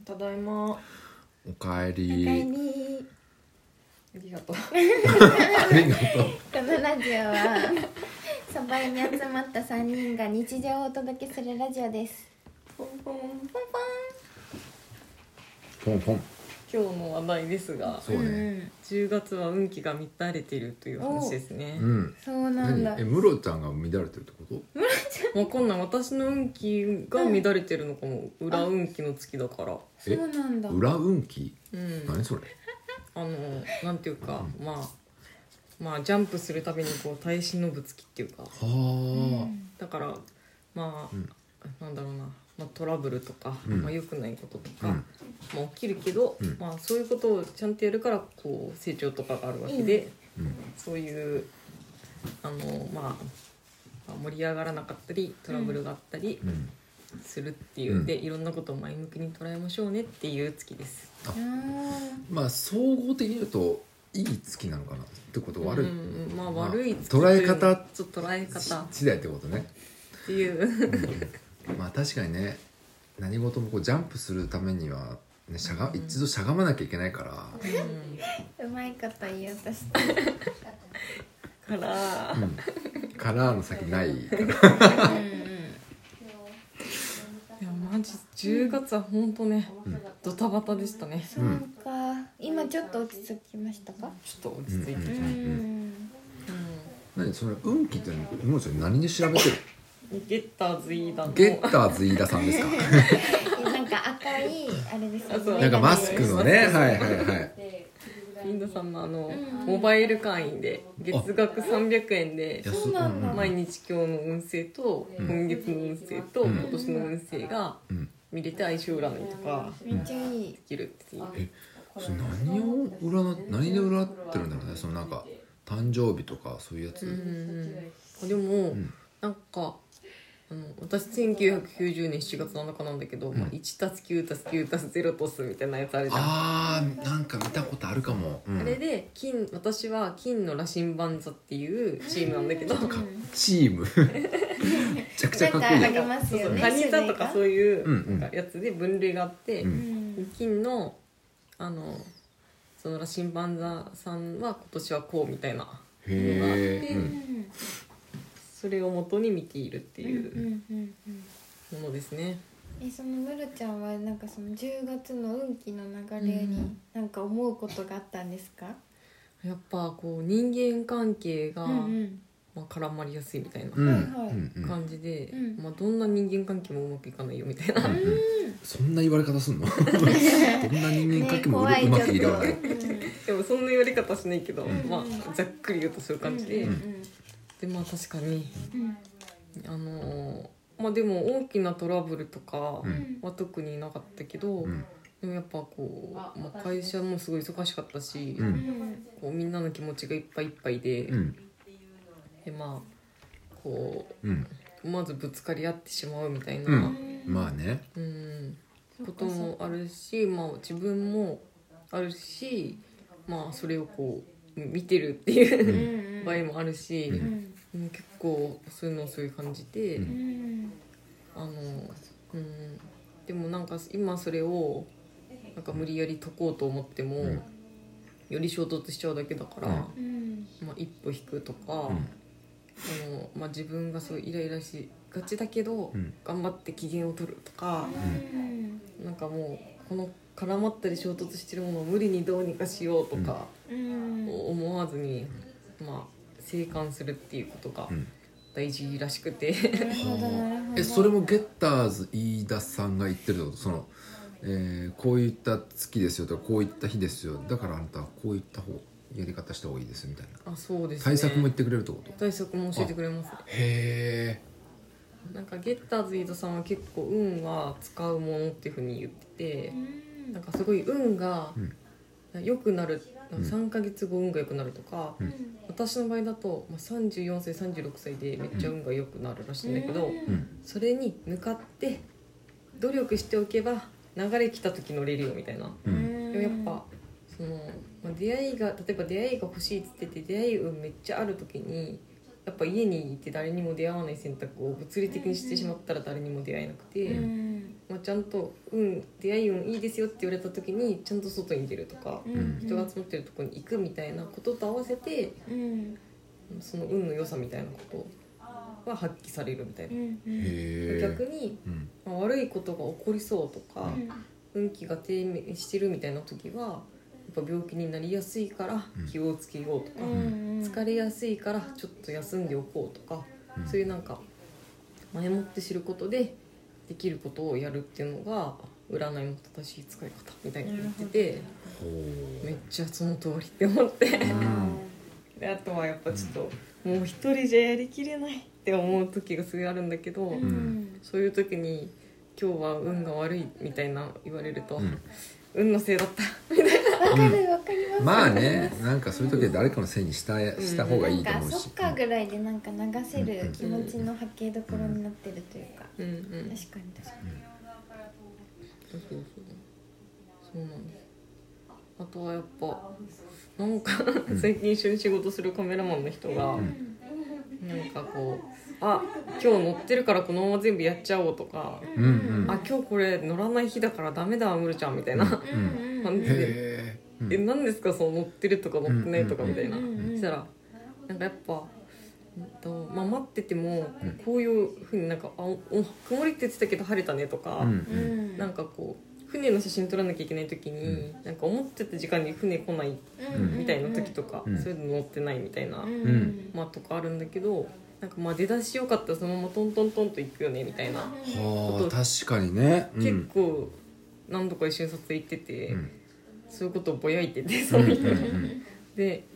ただいま。 おかえおり。 かえり。 ありがとう。 ありがとう。 このラジオはサバイに集まった3人が日常をお届けするラジオです。 ポンポン。 ポンポンポン。 今日の話題ですが、 そうね。 ポン。 10月は運気が乱れているという話ですね。 そうなんだ。 ムロちゃんが乱れてるってこと？ わかんない。私の運気が乱れてるのかも。裏運気の月だから。 そうなんだ。 裏運気？ うん。 何それ？ なんていうか、まあジャンプするたびにこう耐え忍ぶ月っていうか。 はだからまあ、なんだろうな。まあ、トラブルとか、 うん良くないこととか、 うんまあ、起きるけど、 うんまあ、そういうことをちゃんとやるからこう成長とかがあるわけで、 うんそういうまあ盛り上がらなかったりトラブルがあったりうん。 するっていう、 うんでいろんなことを前向きに捉えましょうねっていう月です。 まあ総合的に言うといい月なのかなってことは悪い。 まあ悪い月捉え方ちょっと捉え方っ次第ってことね。 ていうまあ確かにね、何事もこうジャンプするためには、ね、一度しゃがまなきゃいけないから、 うまいこと言おうとしてからカラーの先ないからいやマジ10月は本当ね、ドタバタでしたね。 そうか。今ちょっと落ち着きましたか？ ちょっと落ち着いてきた、 何それ運気ってもうそれ何で調べてる？ ゲッターズ飯田のゲッターズ飯田さんですか？ なんか赤いあれですよそうね。 なんかマスクのね、はいはいはい。 飯田さんのモバイル会員で月額300円でそうなんだ。 毎日今日の運勢と今月の運勢と今年の運勢がうん。 見れて相性占いとかめっちゃいいで。きるっていう。 それ何で占ってるんだろうね。そのなんか誕生日とかそういうやつ。 でも、なんか私1990年7月7日なんだけど、1+9+9+0+みたいなやつあるじゃん。 あーなんか見たことあるかも。 あれで私は金の羅針盤座っていうチームなんだけど、 チーム。めちゃくちゃかっこいい。 なんかありますよね。 カニ座とかそういううんうんなんかやつで分類があって、金のその羅針盤座さんは今年はこうみたいなのがあって、 へえ。 それを元に見ているっていうものですね。 そのムロちゃんはなんかその10月の運気の流れになんか思うことがあったんですか？ やっぱこう人間関係が、 うん絡まりやすいみたいなうんはいはいうん感じで、 うんどんな人間関係もうまくいかないよみたいな、 そんな言われ方すんの？どんな人間関係もうまくいらない。 でもそんな言われ方しないけど、ざっくり言うとそういう感じで、で確かにでも大きなトラブルとかは特になかったけど、でもやっぱこう、会社もすごい忙しかったし、こうみんなの気持ちがいっぱいいっぱいで、でこう、まずぶつかり合ってしまうみたいな、 まあね。 こともあるし、自分もあるし、それをこう見てるっていう場合もあるし、結構そういうのをそういう感じで、でもなんか今それをなんか無理やり解こうと思っても、より衝突しちゃうだけだから、一歩引くとか、自分がそうイライラしがちだけど、頑張って機嫌を取るとか、なんかもうこの絡まったり衝突してるものを無理にどうにかしようとか思わずに、静観するっていうことが大事らしくて、 それもゲッターズ飯田さんが言ってるってこと？その、こういった月ですよとかこういった日ですよ、だからあなたはこういったやり方した方がいいですみたいな。 そうですね、 対策も言ってくれるってこと？ 対策も教えてくれます。 へなんかゲッターズ飯田さんは結構運は使うものっていう風に言ってて、なんかすごい運が良くなる、3ヶ月後運が良くなるとか、私の場合だと34歳36歳でめっちゃ運が良くなるらしいんだけど、それに向かって努力しておけば流れ来た時乗れるよみたいな。でもやっぱその、例えば出会いが欲しいっつってて出会い運めっちゃある時にやっぱ家にいて誰にも出会わない選択を物理的にしてしまったら誰にも出会えなくて、 ちゃんと出会い運いいですよって言われた時にちゃんと外に出るとか、人が集まってるところに行くみたいなことと合わせて、その運の良さみたいなことが発揮されるみたいな、逆に、悪いことが起こりそうとか、運気が低迷してるみたいな時はやっぱ病気になりやすいから気をつけようとか、疲れやすいからちょっと休んでおこうとか、そういうなんか前もって知ることでできることをやるっていうのが占いの正しい使い方みたいに言ってて、めっちゃその通りって思ってであとはやっぱちょっと、もう一人じゃやりきれないって思う時がすごいあるんだけど、そういう時に今日は運が悪いみたいな言われると、運のせいだったみたいな。 わかるわかります。 まあね、なんかそういう時は誰かのせいにした方がいいと思うし、 なんかそっかぐらいでなんか流せる気持ちの波形どころになってるというか、確かに確かに、 そうなんです。あとはやっぱなんか最近一緒に仕事するカメラマンの人が、なんかこう今日乗ってるからこのまま全部やっちゃおうとか、今日これ乗らない日だからダメだムルちゃんみたいな感じで、何ですかその乗ってるとか乗ってないとかみたいな、そしたらなんかやっぱ、待っててもこういう風になんか曇りって言ってたけど晴れたねとか、なんかこう船の写真撮らなきゃいけない時に、なんか思ってた時間に船来ないみたいな時とか、そういうの乗ってないみたいな、とかあるんだけど、なんか出だしよかったらそのままトントントンと行くよねみたいなことを確かにね、 結構何度か一緒に撮影行ってて、そういうことをぼやいててその人で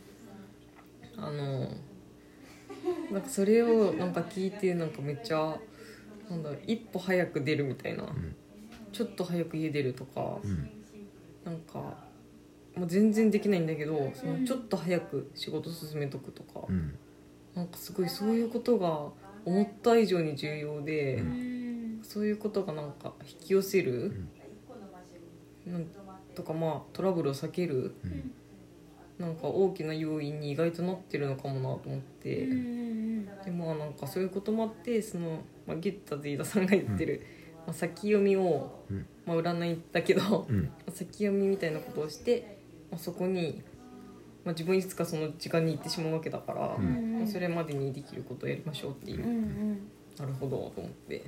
なんかそれをなんか聞いて、なんかめっちゃなんだろう、一歩早く出るみたいな、ちょっと早く家出るとか、なんかもう全然できないんだけど、そのちょっと早く仕事進めとくとか、なんかすごいそういうことが思った以上に重要で、そういうことがなんか引き寄せる、なんとかトラブルを避ける、なんか大きな要因に意外となってるのかもなと思って、でなんかそういうこともあって、その、ゲッターズ飯田さんが言ってる、先読みを、占いだけど、先読みみたいなことをして、そこに、自分いつかその時間に行ってしまうわけだから、それまでにできることをやりましょうっていう、なるほどと思って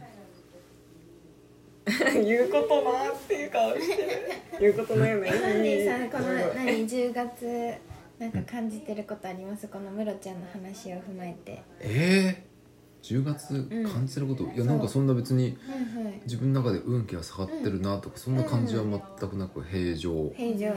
言うことなっていう顔してる言うことないよね。 ハンディさん、この10月なんか感じてることあります？このムロちゃんの話を踏まえて。 10月感じてること、いやなんかそんな別に自分の中で運気が下がってるなとか、そんな感じは全くなく平常。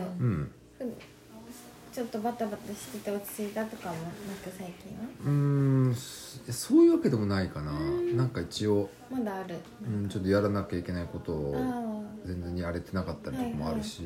ちょっとバタバタしてて落ち着いたとかもなく、最近はそういうわけでもないかな。なんか一応まだある、 ちょっとやらなきゃいけないことを全然やれてなかったりとかもあるし、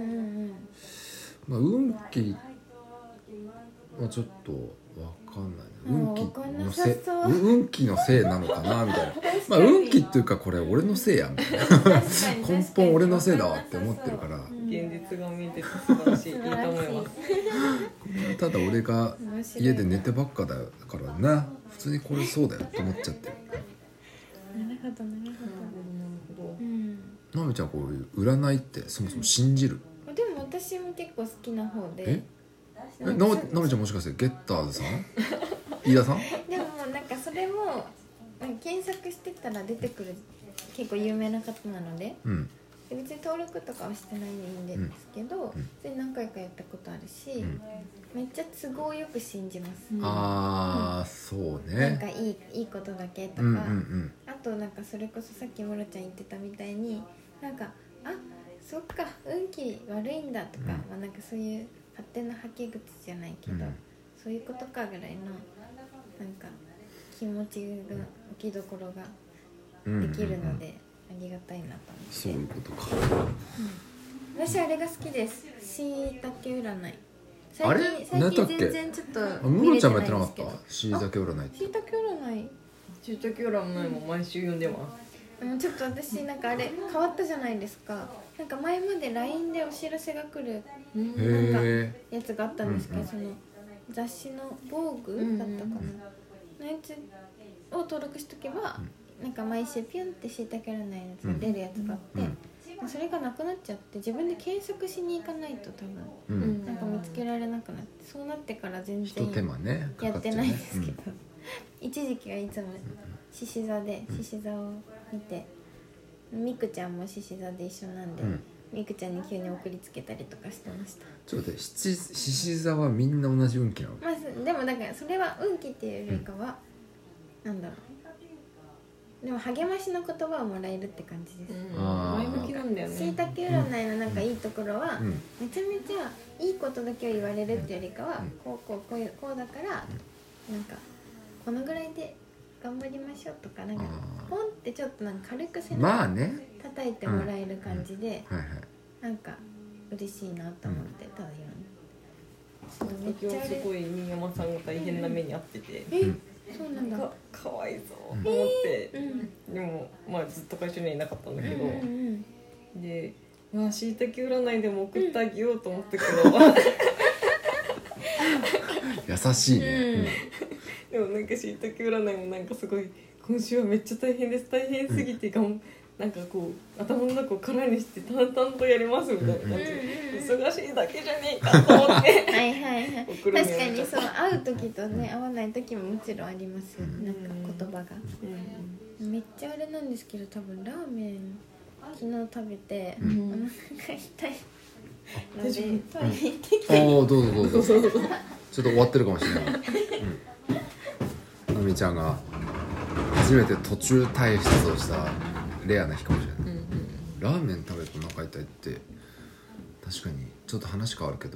運気はちょっと分かんないな。運気のせいなのかなみたいな運気っていうか、これ俺のせいやみたいな根本俺のせいだわって思ってるから、 現実が見えてて素晴らしい、いいと思いますただ俺が家で寝てばっかだからな、普通にこれそうだよって思っちゃってる。 なるほどなるほど。 なめちゃん、こういう占いってそもそも信じる？ でも私も結構好きな方で。 なめちゃんもしかしてゲッターズさん飯田さん？ でもなんかそれも検索してたら出てくる結構有名な方なので、別に登録とかはしてないんですけど、それ何回かやったことあるし、めっちゃ都合よく信じます。 そうね。 なんかいいことだけとか、あとなんかそれこそさっきムロちゃん言ってたみたいに、なんかそっか運気悪いんだとか、なんかそういう勝手なはけ口じゃないけど、そういうことかぐらいのなんか気持ちが置きどころができるので、ありがたいなと思って。 そういうことか。 私あれが好きです。しいたけ占い。 あれ最近全然ちょっとムロちゃんもやってなかった？しいたけ占いって。 しいたけ占い。 しいたけ占いも毎週読んでます。 ちょっと私なんかあれ変わったじゃないですか。なんか前まで LINE でお知らせが来るなんかやつがあったんですけど、その雑誌の防具だったかな、のやつを登録しとけばなんか毎週ピュンって椎茸占いのやつが出るやつがあって、それがなくなっちゃって自分で検索しに行かないと多分、なんか見つけられなくなって、そうなってから全然やってないんですけど、一時期はいつも獅子座で獅子座を見て、みくちゃんも獅子座で一緒なんで、みくちゃんに急に送りつけたりとかしてました。 ちょっと待って、獅子座はみんな同じ運気なの？ まあ、でもだからそれは運気っていうよりかは、なんだろう、でも励ましの言葉をもらえるって感じです。 前向きなんだよね。 しいたけ占いのなんかいいところは、めちゃめちゃいいことだけを言われるっていうよりかは、こうだからなんかこのぐらいで頑張りましょうとか、なんかポンってちょっとなんか軽く背中叩いてもらえる感じで、なんか嬉しいなと思ってただめっちゃすごい新山さんが大変な目に遭ってて、 そうなんだ、 かわいそうと思って、でもまあずっと会社にはいなかったんだけど、でしいたけ占いでも送ってあげようと思ったけど、 優しいね、 でもなんかしいたけ占いもなんかすごい今週はめっちゃ大変です、大変すぎてなんかこう頭の中を空にして淡々とやりますみたいな感じで、忙しいだけじゃねえかと思ってはいはいはい確かにそう、会う時とね会わない時ももちろんありますよ、なんか言葉が、めっちゃあれなんですけど、多分ラーメン昨日食べて、お腹が痛いのでトイレ行ってきて、 どうぞちょっと終わってるかもしれないなみちゃんが初めて途中退出をしたレアな日かもしれない、ラーメン食べてお腹痛いって確かにちょっと話変わるけど、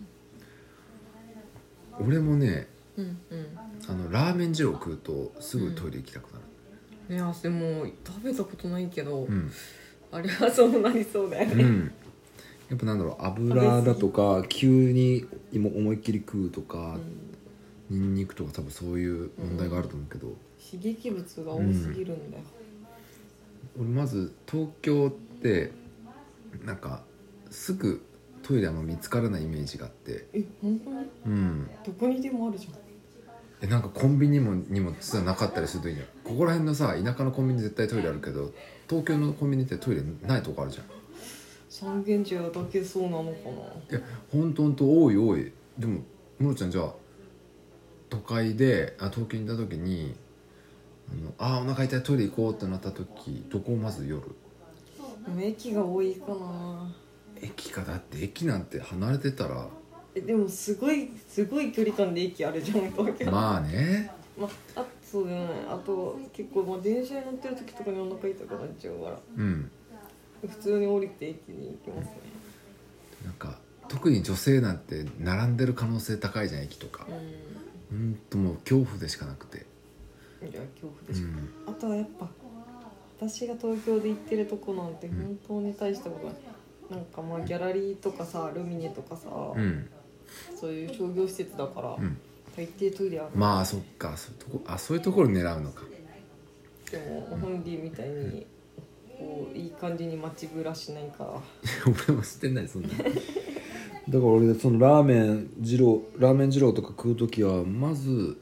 俺もね、ラーメン二郎食うとすぐトイレ行きたくなる、 いやでも食べたことないけど、あれはそうなりそうだよね、 やっぱなんだろう、油だとか急に思いっきり食うとか、ニンニクとか多分そういう問題があると思うけど、 刺激物が多すぎるんだよ、 俺まず東京ってなんかすぐトイレ見つからないイメージがあって、 本当に？どこにでもあるじゃん。 なんかコンビニにも実はなかったりするといいんじゃん。ここら辺のさ田舎のコンビニ絶対トイレあるけど、東京のコンビニってトイレないとこあるじゃん。 三軒茶屋だけそうなのかな。いやほんと多い。でもムロちゃんじゃあ都会で東京にいた時にお腹痛いトイレ行こうってなった時どこをまず夜？ でも駅が多いかな。 駅か、だって駅なんて離れてたらでもすごい距離感で駅あるじゃん東京。 まあね、 あそうだよね。あと結構電車に乗ってる時とかにお腹痛くなっちゃうから、普通に降りて駅に行きますね。 なんか特に女性なんて並んでる可能性高いじゃん、駅とか。もう恐怖でしかなくて。 いや恐怖でしか、あとはやっぱ私が東京で行ってるとこなんて本当に大したことない、なんかギャラリーとかさルミネとかさ、そういう商業施設だから、大抵トイレある。 まあそっか、そういうところ狙うのか。 でもホンディみたいにこういい感じに街ぶらしないから俺も知ってないそんなだから俺そのラーメン二郎とか食うときはまず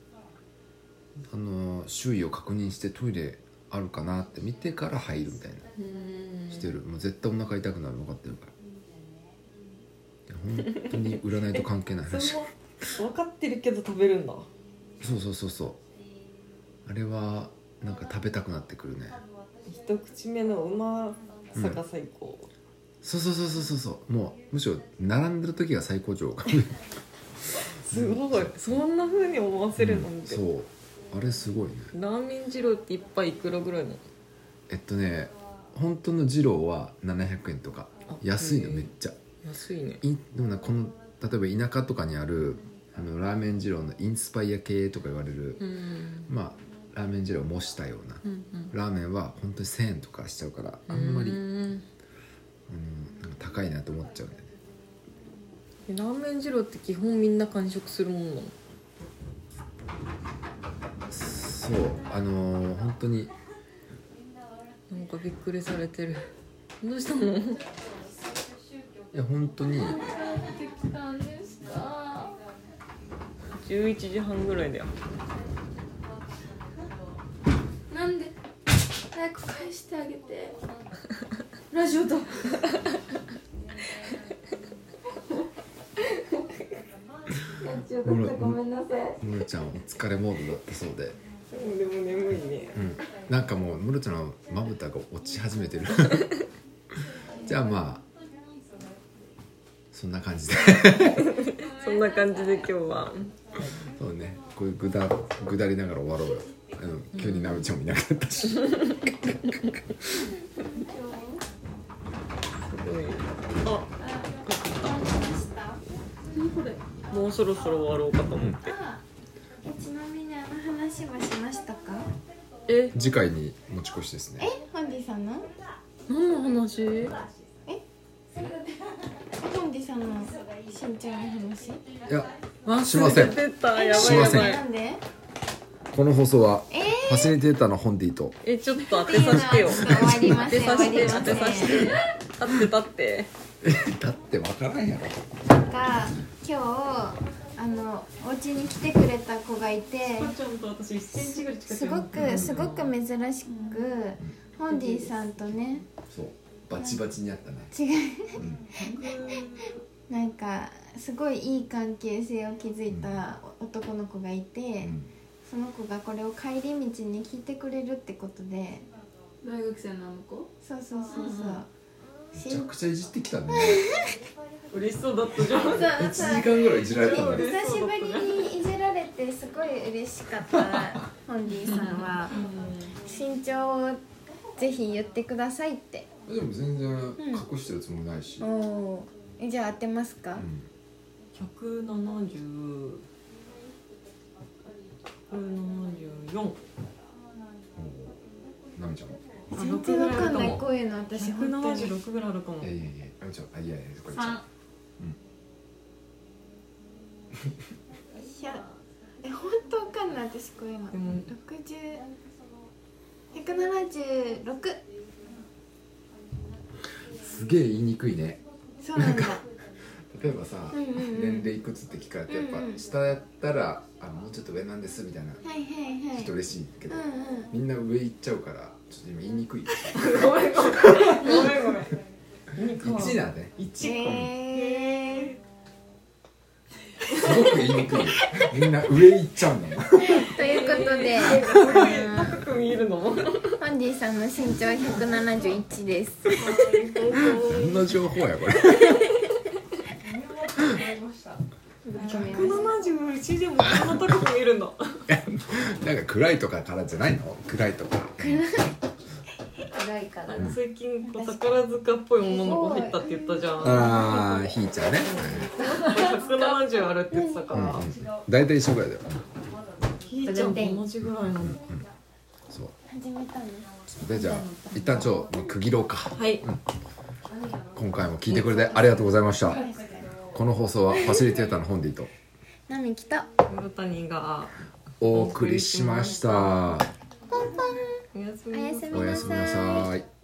周囲を確認してトイレあるかなって見てから入るみたいなしてる。もう絶対お腹痛くなるの分かってるから。いや本当に占いと関係ない話分かってるけど食べるんだ。 そうあれはなんか食べたくなってくるね。 一口目のうまさが最高、 そうもうむしろ並んでる時が最高潮すごいそんな風に思わせるなんて、 そうあれすごいね。 ラーメン二郎って一杯いくらぐらいなの？ 本当の二郎は700円とか安いの、めっちゃ安いね。 でもこの例えば田舎とかにあるラーメン二郎のインスパイア系とか言われる、ラーメン二郎を模したような、ラーメンは本当に1000円とかしちゃうからあんまりなんか高いなと思っちゃうんだよね。 ラーメン二郎って基本みんな完食するものなの？ そう本当になんかびっくりされてる。どうしたの？いや本当に 11時半ぐらいだよ。 なんで早く返してあげてラジオだごめんなさい。 ムロちゃんお疲れモードだったそうで、 でも眠いね、 なんかもうムロちゃんのまぶたが落ち始めてるじゃあまあそんな感じでそんな感じで今日はそうね、こういうぐだりながら終わろうよ。急になめちゃんもいなくなったしすごい。 あ、もうそろそろ終わろうかと思って、 ちなみに話はしましたか？ 次回に持ち越しですね。 ハンディさんの何の話？ ハンディさんの身長の話？ いや、しません。しません。 なんで？ この放送はファシリテーターのホンディとちょっと当てさせてよ。 終わりません。 当てさせて。立ってだって分からんやろ。 なんか今日お家に来てくれた子がいて、すごく珍しくホンディさんとね、 そうバチバチにあったね。 違う、なんかすごいいい関係性を築いた男の子がいて、その子がこれを帰り道に聞いてくれるってことで。 大学生のあの子？ そうめちゃくちゃいじってきたね嬉しそうだったじゃん。 1時間ぐらいいじられたんだね。 久しぶりにいじられてすごい嬉しかったホンディさんは身長をぜひ言ってくださいって。 でも全然隠してるつもりないし、 じゃあ当てますか？ 174。 なみちゃんも全然わかんない。こういうの私本当に176ぐらいあるかも。 いやこれちゃう。 本当わかんない私こういうの。176。 すげえ言いにくいね。 そうなんだ。 例えばさ、年齢いくつって聞かれてやっぱ下やったらもうちょっと上なんですみたいな人嬉しいけど、みんな上行っちゃうからちょっと今言いにくい。 ごめん 1なんで 1。 すごく言いにくいよ。みんな上行っちゃうんだもん。 ということで高く見えるのもホンディさんの身長171です。 何の情報やこれ。 171でもこんな高く見えるんだ。 なんか暗いとかからじゃないの？暗いとか。 暗いから。 最近宝塚っぽい女の子入ったって言ったじゃん。 ひーちゃんね。 170あるって言ってたから。 大体一緒ぐらいだよ。 ひーちゃんと同じぐらいなの。 そう。 始めたの。 でじゃあ一旦区切ろうか。 はい。 今回も聞いてくれてありがとうございました。この放送はファシリテーターのホンディとナミキと室谷がお送りしました。 ポンポン。 おやすみおやすみなさい。